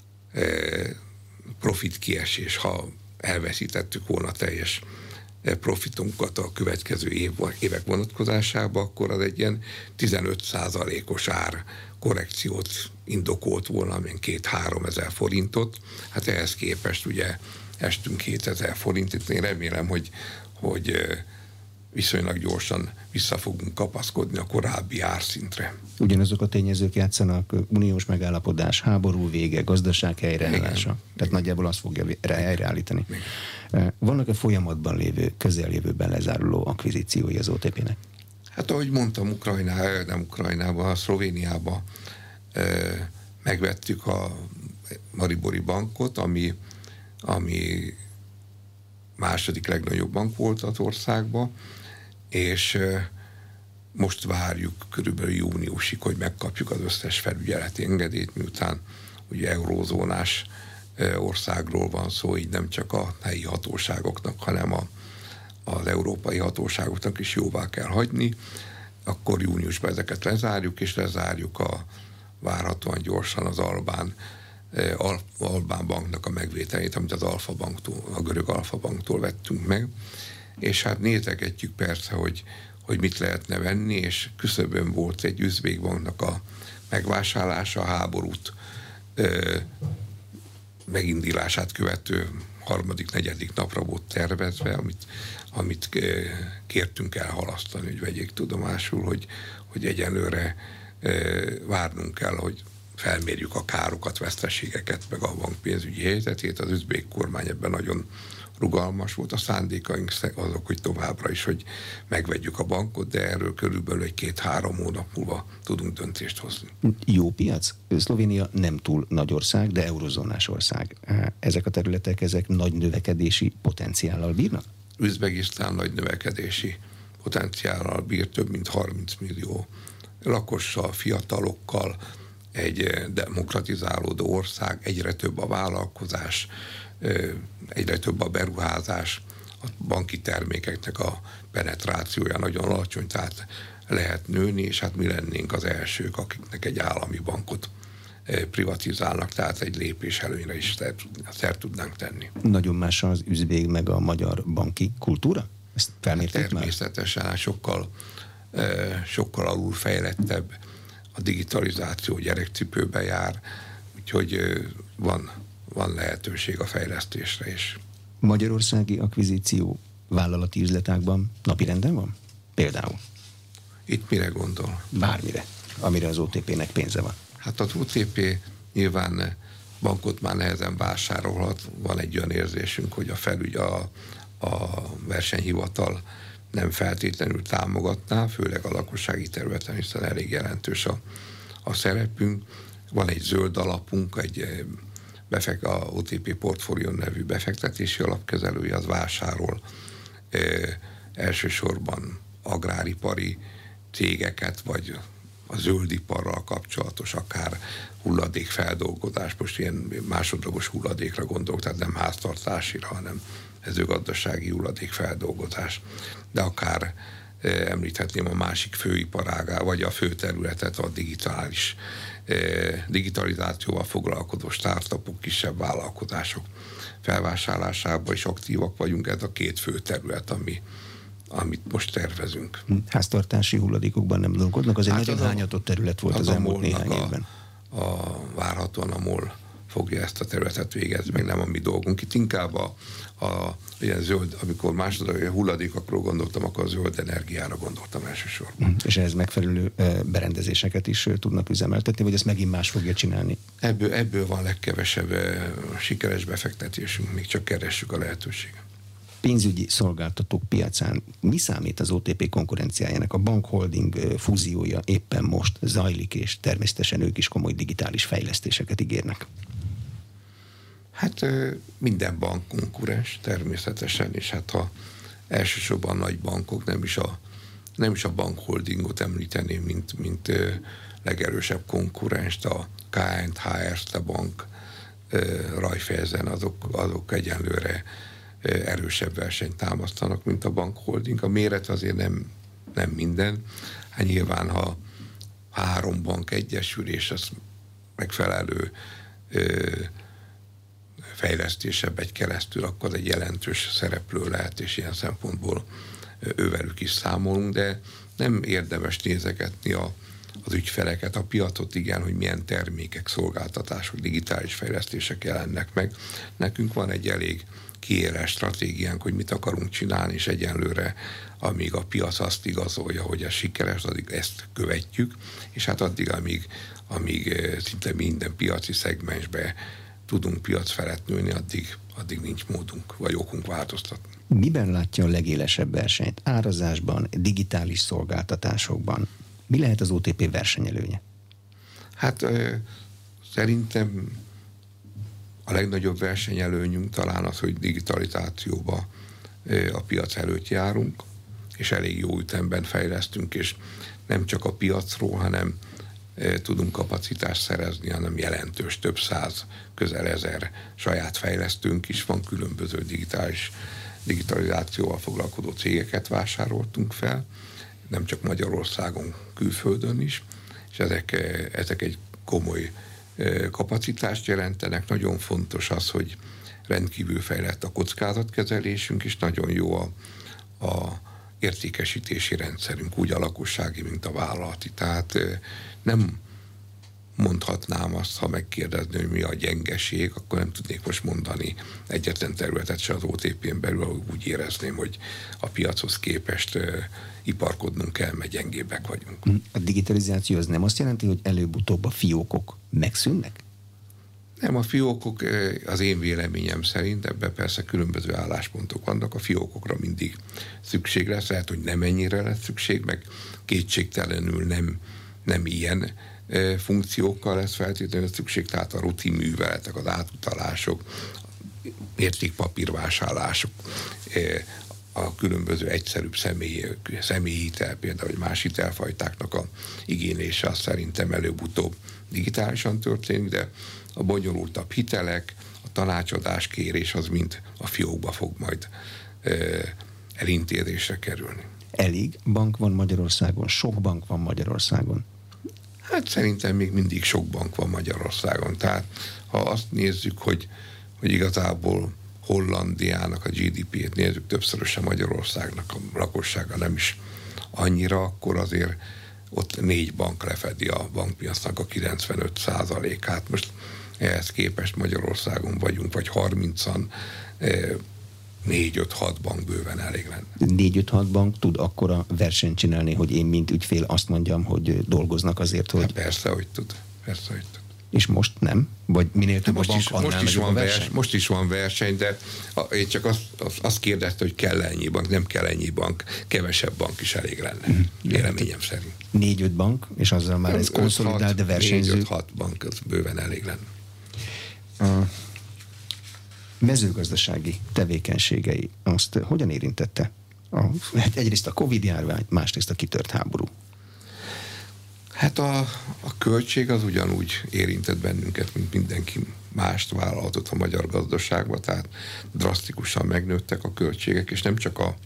[SPEAKER 2] eh, profit kiesés, ha elveszítettük volna teljes profitunkat a következő év, évek vonatkozásába, akkor az egy ilyen tizenöt százalékos ár korrekciót indokolt volna, amilyen két-három ezer forintot. Hát ehhez képest ugye estünk hétezer forintot. Én remélem, hogy, hogy viszonylag gyorsan vissza fogunk kapaszkodni a korábbi árszintre.
[SPEAKER 1] Ugyanazok a tényezők játszanak, uniós megállapodás, háború vége, gazdaság helyreállása. Tehát igen. Nagyjából azt fogja helyreállítani. Igen. Vannak-e folyamatban lévő, közeljövőben lezáruló akvizíciói az o té pének?
[SPEAKER 2] Hát ahogy mondtam, Ukrajná, nem Ukrajnában, a Szlovéniában eh, megvettük a Maribori bankot, ami, ami második legnagyobb bank volt az országban, és eh, most várjuk körülbelül júniusig, hogy megkapjuk az összes felügyeleti engedélyt, miután ugye eurózónás eh, országról van szó, így nem csak a helyi hatóságoknak, hanem a az európai hatóságoknak is jóvá kell hagyni, akkor júniusban ezeket lezárjuk, és lezárjuk a várhatóan gyorsan az Albán, Al, Albán banknak a megvételét, amit az Alfa banktól, a görög Alfa banktól vettünk meg, és hát nézegetjük persze, hogy, hogy mit lehetne venni, és küszöbön volt egy üzbék banknak a megvásárlása, a háborút ö, megindulását követő harmadik, negyedik napra volt tervezve, amit, amit kértünk elhalasztani, hogy vegyék tudomásul, hogy, hogy egyenlőre várnunk kell, hogy felmérjük a károkat, veszteségeket, meg a bank pénzügyi helyzetét. Az üzbék kormány ebben nagyon rugalmas volt. A szándékaink azok, hogy továbbra is, hogy megvegyük a bankot, de erről körülbelül egy két-három hónap múlva tudunk döntést hozni.
[SPEAKER 1] Jó piac? Szlovénia nem túl nagy ország, de eurozónás ország. Ezek a területek, ezek nagy növekedési potenciállal bírnak?
[SPEAKER 2] Üzbegisztán nagy növekedési potenciállal bír, több mint harminc millió lakossal, fiatalokkal, egy demokratizálódó ország, egyre több a vállalkozás, egyre több a beruházás, a banki termékeknek a penetrációja nagyon alacsony, tehát lehet nőni, és hát mi lennénk az elsők, akiknek egy állami bankot privatizálnak, tehát egy lépés előnyre is szert tudnánk tenni.
[SPEAKER 1] Nagyon más az üzbék meg a magyar banki kultúra? Ezt felmérték már?
[SPEAKER 2] Természetesen sokkal, sokkal alulfejlettebb, a digitalizáció gyerekcipőbe jár, úgyhogy van, van lehetőség a fejlesztésre is.
[SPEAKER 1] Magyarországi akvizíció vállalati üzletágban napirenden van? Például?
[SPEAKER 2] Itt mire gondol?
[SPEAKER 1] Bármire, amire az o té pé-nek pénze van.
[SPEAKER 2] Hát az o té pé nyilván bankot már nehezen vásárolhat. Van egy olyan érzésünk, hogy a felügy, a, a versenyhivatal nem feltétlenül támogatná, főleg a lakossági területen, hiszen elég jelentős a, a szerepünk. Van egy zöld alapunk, egy befek, a o té pé Portfolio nevű befektetési alapkezelője, az vásárol e, elsősorban agráripari cégeket, vagy a zöldiparral kapcsolatos, akár hulladékfeldolgozás, most ilyen másodlagos hulladékra gondolok, tehát nem háztartásira, hanem mezőgazdasági hulladékfeldolgozás, de akár e, említhetném a másik főiparágá, vagy a fő területet, a digitális e, digitalizációval foglalkozó startupok, kisebb vállalkozások felvásárlásában is aktívak vagyunk. Ez a két fő terület, ami, amit most tervezünk.
[SPEAKER 1] Háztartási hulladékokban nem dolgoznak? Az egy hát nagyon az hányatott terület volt az, az elmúlt néhány
[SPEAKER 2] a,
[SPEAKER 1] évben.
[SPEAKER 2] A, várhatóan a MOL fogja ezt a területet végezni, meg nem a mi dolgunk. Itt inkább a, a ilyen zöld, amikor másodlagos hulladékokról gondoltam, akkor a zöld energiára gondoltam elsősorban.
[SPEAKER 1] És ehhez megfelelő berendezéseket is tudnak üzemeltetni, vagy ezt megint más fogja csinálni?
[SPEAKER 2] Ebből, ebből van legkevesebb sikeres befektetésünk, még csak keressük a lehetőséget.
[SPEAKER 1] Pénzügyi szolgáltatók piacán mi számít az o té pé konkurenciájának? A bankholding fúziója éppen most zajlik, és természetesen ők is komoly digitális fejlesztéseket ígérnek.
[SPEAKER 2] Hát minden bank konkurens természetesen, és hát ha elsősorban nagy bankok, nem is a, nem is a bankholdingot említeném, mint, mint legerősebb konkurenst, a ká en há Erste Bank, Raiffeisen, azok, azok egyenlőre erősebb versenyt támasztanak, mint a bankholding. A méret azért nem, nem minden. Hát nyilván, ha három bank egyesül, és az megfelelő ö, fejlesztésebb egy keresztül, akkor egy jelentős szereplő lehet, és ilyen szempontból ővelük is számolunk, de nem érdemes nézegetni a, az ügyfeleket, a piacot, igen, hogy milyen termékek, szolgáltatások, digitális fejlesztések jelennek meg. Nekünk van egy elég kiéles stratégiánk, hogy mit akarunk csinálni, és egyenlőre, amíg a piac azt igazolja, hogy ez sikeres, addig ezt követjük, és hát addig, amíg, amíg szinte minden piaci szegmensbe tudunk piac felett nőni, addig, addig nincs módunk, vagy okunk változtatni.
[SPEAKER 1] Miben látja a legélesebb versenyt? Árazásban, digitális szolgáltatásokban? Mi lehet az o té pé versenyelőnye?
[SPEAKER 2] Hát szerintem a legnagyobb versenyelőnyünk talán az, hogy digitalizációba a piac előtt járunk, és elég jó ütemben fejlesztünk, és nem csak a piacról, hanem tudunk kapacitást szerezni, hanem jelentős, több száz, közel ezer saját fejlesztőnk is van, különböző digitális, digitalizációval foglalkozó cégeket vásároltunk fel, nem csak Magyarországon, külföldön is, és ezek, ezek egy komoly kapacitást jelentenek. Nagyon fontos az, hogy rendkívül fejlett a kockázatkezelésünk, és nagyon jó a, a értékesítési rendszerünk, úgy a lakossági, mint a vállalati. Tehát nem mondhatnám azt, ha megkérdezni, hogy mi a gyengeség, akkor nem tudnék most mondani egyetlen területet se az o té pén belül, ahol úgy érezném, hogy a piachoz képest uh, iparkodnunk kell, mert gyengébbek vagyunk.
[SPEAKER 1] A digitalizáció az nem azt jelenti, hogy előbb-utóbb a fiókok megszűnnek?
[SPEAKER 2] Nem, a fiókok az én véleményem szerint, ebben persze különböző álláspontok vannak, a fiókokra mindig szükség lesz, lehet, hogy nem ennyire lesz szükség, meg kétségtelenül nem, nem ilyen funkciókkal lesz feltétlenül szükség, tehát a rutin műveletek, az átutalások, értékpapírvásárlások, a különböző egyszerűbb személyi, személyi hitel, például vagy más hitelfajtáknak a igénylése, az szerintem előbb-utóbb digitálisan történik, de a bonyolultabb hitelek, a tanácsadás kérés az mind a fiókba fog majd elintézésre kerülni.
[SPEAKER 1] Elég bank van Magyarországon? Sok bank van Magyarországon?
[SPEAKER 2] Hát szerintem még mindig sok bank van Magyarországon. Tehát ha azt nézzük, hogy, hogy igazából Hollandiának a gé dé pé-t nézzük, többszörösen Magyarországnak a lakossága nem is annyira, akkor azért ott négy bank lefedi a bankpiacnak a kilencvenöt százalékát. Most ehhez képest Magyarországon vagyunk, vagy harmincan, négy öt hat bank bőven elég lenne.
[SPEAKER 1] négy öt hat bank tud akkora versenyt csinálni, hogy én, mint ügyfél azt mondjam, hogy dolgoznak azért, hogy...
[SPEAKER 2] Hát persze, hogy tud. Persze, hogy tud.
[SPEAKER 1] És most nem? Vagy minél több
[SPEAKER 2] most
[SPEAKER 1] a bank,
[SPEAKER 2] is,
[SPEAKER 1] annál
[SPEAKER 2] most is van
[SPEAKER 1] verseny?
[SPEAKER 2] verseny? Most is van verseny, de a, én csak azt, azt, azt kérdezte, hogy kell ennyi bank, nem kell ennyi bank, kevesebb bank is elég lenne, mm. véleményem szerint.
[SPEAKER 1] négy öt bank, és azzal már ez konszolidált, de versenyző.
[SPEAKER 2] négy öt hat bank, az bőven elég lenne.
[SPEAKER 1] A mezőgazdasági tevékenységei azt hogyan érintette? A, egyrészt a Covid-járvány, másrészt a kitört háború.
[SPEAKER 2] Hát a, a költség az ugyanúgy érintett bennünket, mint mindenki mást vállalatot a magyar gazdaságban, tehát drasztikusan megnőttek a költségek, és nem csak, a,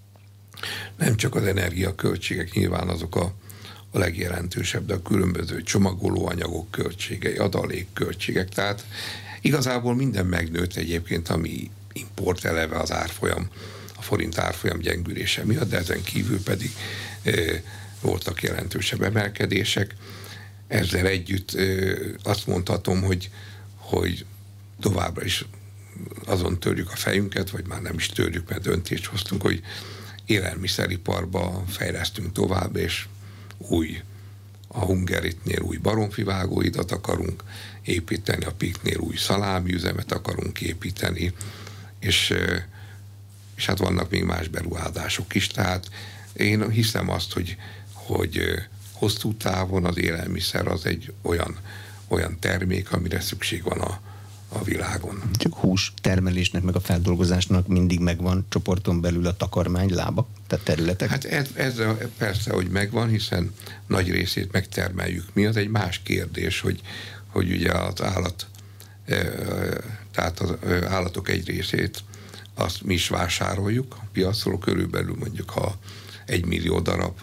[SPEAKER 2] nem csak az energiaköltségek, nyilván azok a, a legjelentősebb, de a különböző csomagolóanyagok költségei, adalékköltségek, tehát igazából minden megnőtt egyébként, ami import, eleve az árfolyam, a forint árfolyam gyengülése miatt, de ezen kívül pedig e, voltak jelentősebb emelkedések. Ezzel együtt e, azt mondhatom, hogy, hogy továbbra is azon törjük a fejünket, vagy már nem is törjük, mert döntést hoztunk, hogy élelmiszeriparba fejlesztünk tovább, és új, a Hungaritnél új baromfivágóidat akarunk építeni, a Piknél új szalámiüzemet akarunk építeni, és, és hát vannak még más beruházások is, tehát én hiszem azt, hogy, hogy hosszú távon az élelmiszer az egy olyan, olyan termék, amire szükség van a, a világon.
[SPEAKER 1] Csak hús termelésnek, meg a feldolgozásnak mindig megvan csoporton belül a takarmány, lábak, tehát területek?
[SPEAKER 2] Hát ez, ez persze, hogy megvan, hiszen nagy részét megtermeljük mi. Az egy más kérdés, hogy, hogy ugye az állat, tehát az állatok egy részét azt mi is vásároljuk a piacról, körülbelül mondjuk, ha egy millió darab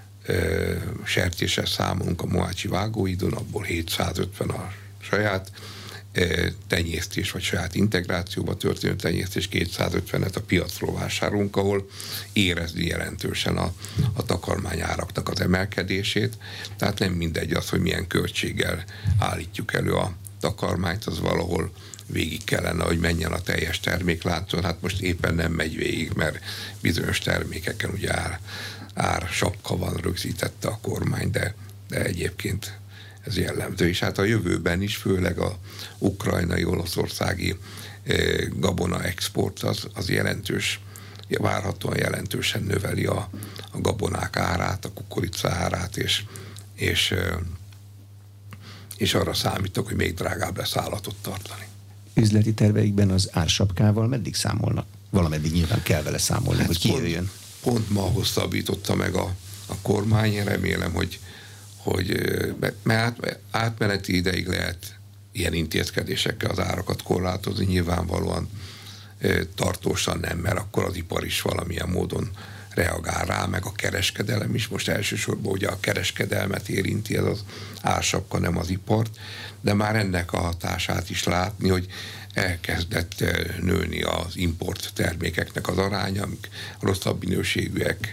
[SPEAKER 2] sertéssel számolunk a Mohácsi vágóidon, abból hétszázötven a saját tenyésztés, vagy saját integrációba történő tenyésztés, kétszázötvenet a piacról vásárolunk, ahol érezni jelentősen a, a takarmányáraknak az emelkedését. Tehát nem mindegy az, hogy milyen költséggel állítjuk elő a takarmányt, az valahol végig kellene, hogy menjen a teljes termékláncon. Hát most éppen nem megy végig, mert bizonyos termékeken ugye ár, ár sapka van, rögzítette a kormány, de, de egyébként ez jellemző. És hát a jövőben is, főleg a ukrajnai, olaszországi gabona export az, az jelentős, várhatóan jelentősen növeli a, a gabonák árát, a kukorica árát, és, és, és arra számítok, hogy még drágább lesz állatot tartani.
[SPEAKER 1] Üzleti terveikben az ársapkával meddig számolnak? Valameddig nyilván kell vele számolni, hát hogy kijöjjön.
[SPEAKER 2] Pont, pont ma hosszabbította meg a, a kormány, remélem, hogy hogy mert átmeneti ideig lehet ilyen intézkedésekkel az árakat korlátozni, nyilvánvalóan tartósan nem, mert akkor az ipar is valamilyen módon reagál rá, meg a kereskedelem is. Most elsősorban ugye a kereskedelmet érinti ez az ársapka, nem az ipart, de már ennek a hatását is látni, hogy elkezdett nőni az import termékeknek az aránya, amik rosszabb minőségűek,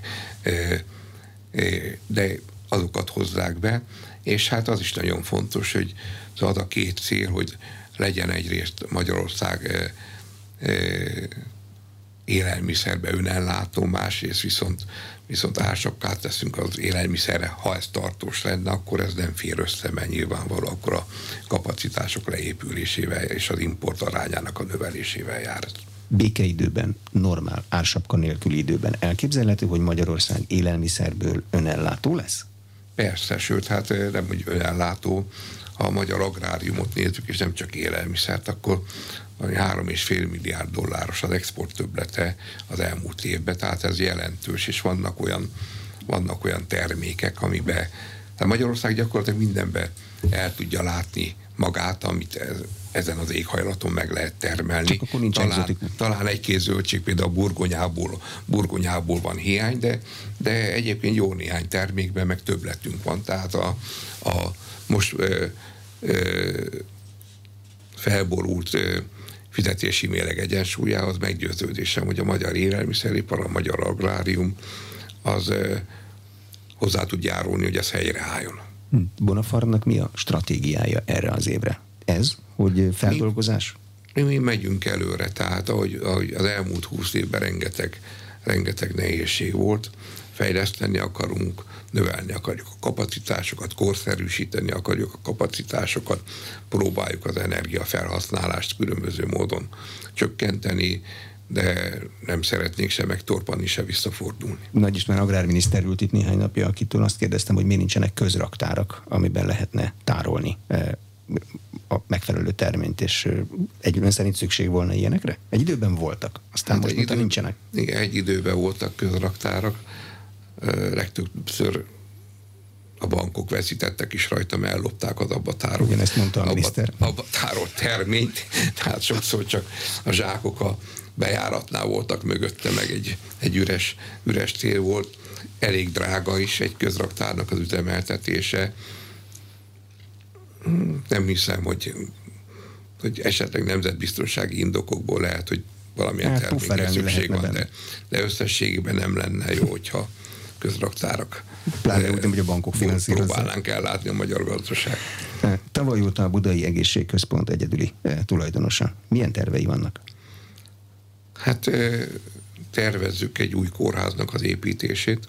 [SPEAKER 2] de azokat hozzák be, és hát az is nagyon fontos, hogy az a két cél, hogy legyen egyrészt Magyarország e, e, élelmiszerbe önellátó, másrészt viszont, viszont ársapkát teszünk az élelmiszerre. Ha ez tartós lenne, akkor ez nem fér össze, mert nyilvánvaló akkor a kapacitások leépülésével és az import arányának a növelésével jár.
[SPEAKER 1] Békeidőben, normál ársapka nélküli időben elképzelhető, hogy Magyarország élelmiszerből önellátó lesz?
[SPEAKER 2] Persze, sőt, hát nem úgy önellátó. Ha a magyar agráriumot nézzük, és nem csak élelmiszert, akkor három és fél milliárd dolláros az export többlete az elmúlt évben, tehát ez jelentős, és vannak olyan, vannak olyan termékek, amiben tehát Magyarország gyakorlatilag mindenben el tudja látni magát, amit ez, ezen az éghajlaton meg lehet termelni. Talán, talán egy-két zöldség, például a burgonyából, burgonyából van hiány, de, de egyébként jó néhány termékben meg többletünk van. Tehát a, a most ö, ö, felborult ö, fizetési mérleg egyensúlyához, meggyőződésem, hogy a magyar élelmiszeripar, a magyar agrárium az hozzá tud járulni, hogy ez helyreálljon.
[SPEAKER 1] Bonafarmnak mi a stratégiája erre az évre? Ez, hogy feldolgozás?
[SPEAKER 2] Mi, mi megyünk előre, tehát ahogy, ahogy az elmúlt húsz évben rengeteg, rengeteg nehézség volt, fejleszteni akarunk, növelni akarjuk a kapacitásokat, korszerűsíteni akarjuk a kapacitásokat, próbáljuk az energiafelhasználást különböző módon csökkenteni, de nem szeretnénk se megtorpanni, se visszafordulni.
[SPEAKER 1] Nagy István agrárminiszter ült itt néhány napja, akitől azt kérdeztem, hogy miért nincsenek közraktárak, amiben lehetne tárolni a megfelelő terményt, és egy ön szerint szükség volna ilyenekre? Egy időben voltak, aztán hát most idő, nincsenek.
[SPEAKER 2] Igen, egy időben voltak közraktárak, legtöbbször a bankok veszítettek is rajta, mert ellopták az abba tárolt,
[SPEAKER 1] igen, ezt mondta a
[SPEAKER 2] abba,
[SPEAKER 1] miniszter.
[SPEAKER 2] abba tárolt terményt, tehát sokszor csak a zsákok a bejáratnál voltak mögötte, meg egy, egy üres, üres tér volt. Elég drága is egy közraktárnak az üzemeltetése. Nem hiszem, hogy, hogy esetleg nemzetbiztonsági indokokból lehet, hogy valamilyen hát, termékre szükség van, de, de összességében nem lenne jó, hogyha közraktárak
[SPEAKER 1] pláne úgy, hogy a bankok finanszírozzák.
[SPEAKER 2] Próbálnánk ellátni a magyar gazdaság.
[SPEAKER 1] Tavaly óta a Budai Egészségközpont egyedüli tulajdonosa. Milyen tervei vannak?
[SPEAKER 2] Hát tervezzük egy új kórháznak az építését.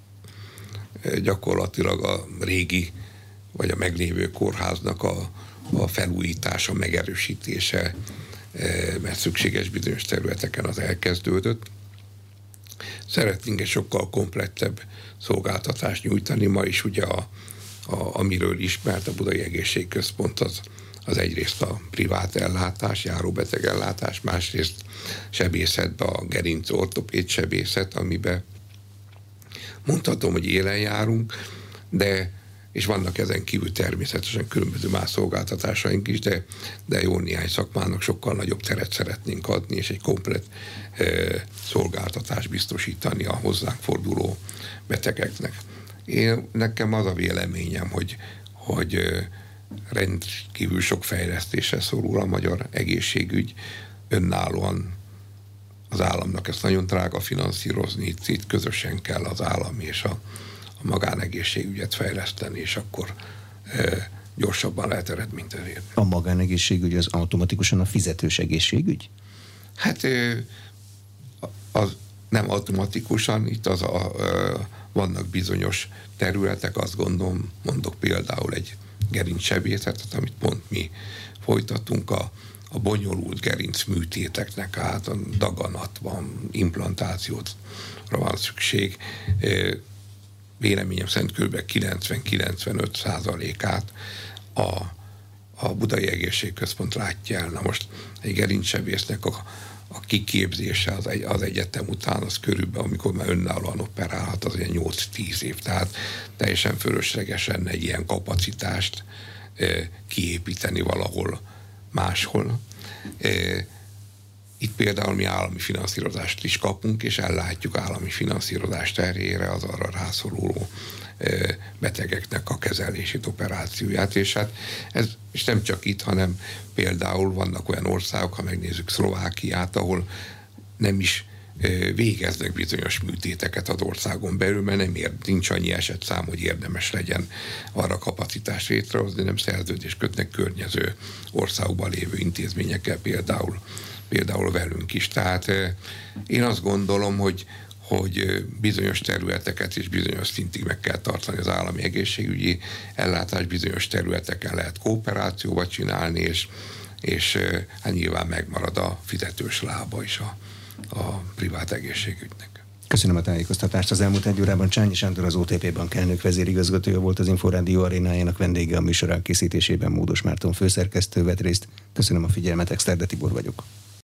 [SPEAKER 2] Gyakorlatilag a régi, vagy a meglévő kórháznak a, a felújítása, megerősítése, mert szükséges bizonyos területeken az elkezdődött. Szeretnénk egy sokkal komplettebb szolgáltatást nyújtani. Ma is ugye a, a, amiről ismert a Budai Egészségközpont az, az egyrészt a privát ellátás, járóbeteg ellátás, másrészt sebészetbe a gerinc ortopéd sebészet, amiben mondhatom, hogy élen járunk, de és vannak ezen kívül természetesen különböző más szolgáltatásaink is, de, de jó néhány szakmának sokkal nagyobb teret szeretnénk adni, és egy komplett e, szolgáltatást biztosítani a hozzánk forduló betegeknek. Én, nekem az a véleményem, hogy, hogy e, rendkívül sok fejlesztésre szorul a magyar egészségügy, önállóan az államnak ezt nagyon drága finanszírozni, itt, itt közösen kell az állam és a a magánegészségügyet fejleszteni, és akkor e, gyorsabban lehet eredményt elérni.
[SPEAKER 1] A magánegészségügy az automatikusan a fizetős egészségügy?
[SPEAKER 2] Hát e, az nem automatikusan, itt az a, e, vannak bizonyos területek, azt gondolom, mondok például egy gerincsebészetet, amit pont mi folytatunk, a, a bonyolult gerinc műtéteknek, hát a daganat van, implantációra van szükség, e, véleményem szerint kb. kilencven-kilencvenöt százalékát a, a Budai Egészségközpont látja el. Na most egy gerincsebésznek a, a kiképzése az, egy, az egyetem után, az körülbelül, amikor már önállóan operálhat, az olyan nyolc-tíz év. Tehát teljesen fölösleges lenne egy ilyen kapacitást e, kiépíteni valahol máshol. E, Itt például mi állami finanszírozást is kapunk, és ellátjuk állami finanszírozás terhére az arra rászoruló betegeknek a kezelését, operációját, és hát ez és nem csak itt, hanem például vannak olyan országok, ha megnézzük Szlovákiát, ahol nem is végeznek bizonyos műtéteket az országon belül, mert nem ér, nincs annyi esetszám, hogy érdemes legyen arra kapacitást létrehozni, nem szerződést kötnek környező országban lévő intézményekkel, például például velünk is. Tehát én azt gondolom, hogy, hogy bizonyos területeket és bizonyos szintig meg kell tartani az állami egészségügyi ellátás, bizonyos területeken lehet kooperációba csinálni, és, és hát nyilván megmarad a fizetős lába is a, a privát egészségügynek.
[SPEAKER 1] Köszönöm a tájékoztatást. Az elmúlt egy órában Csányi Sándor, az o té pé Bank elnök vezérigazgatója volt, az Inforádió arénájának vendége, a műsor elkészítésében Módos Márton főszerkesztő vett részt. Köszönöm a figyelmet, Exterde Tibor vagyok.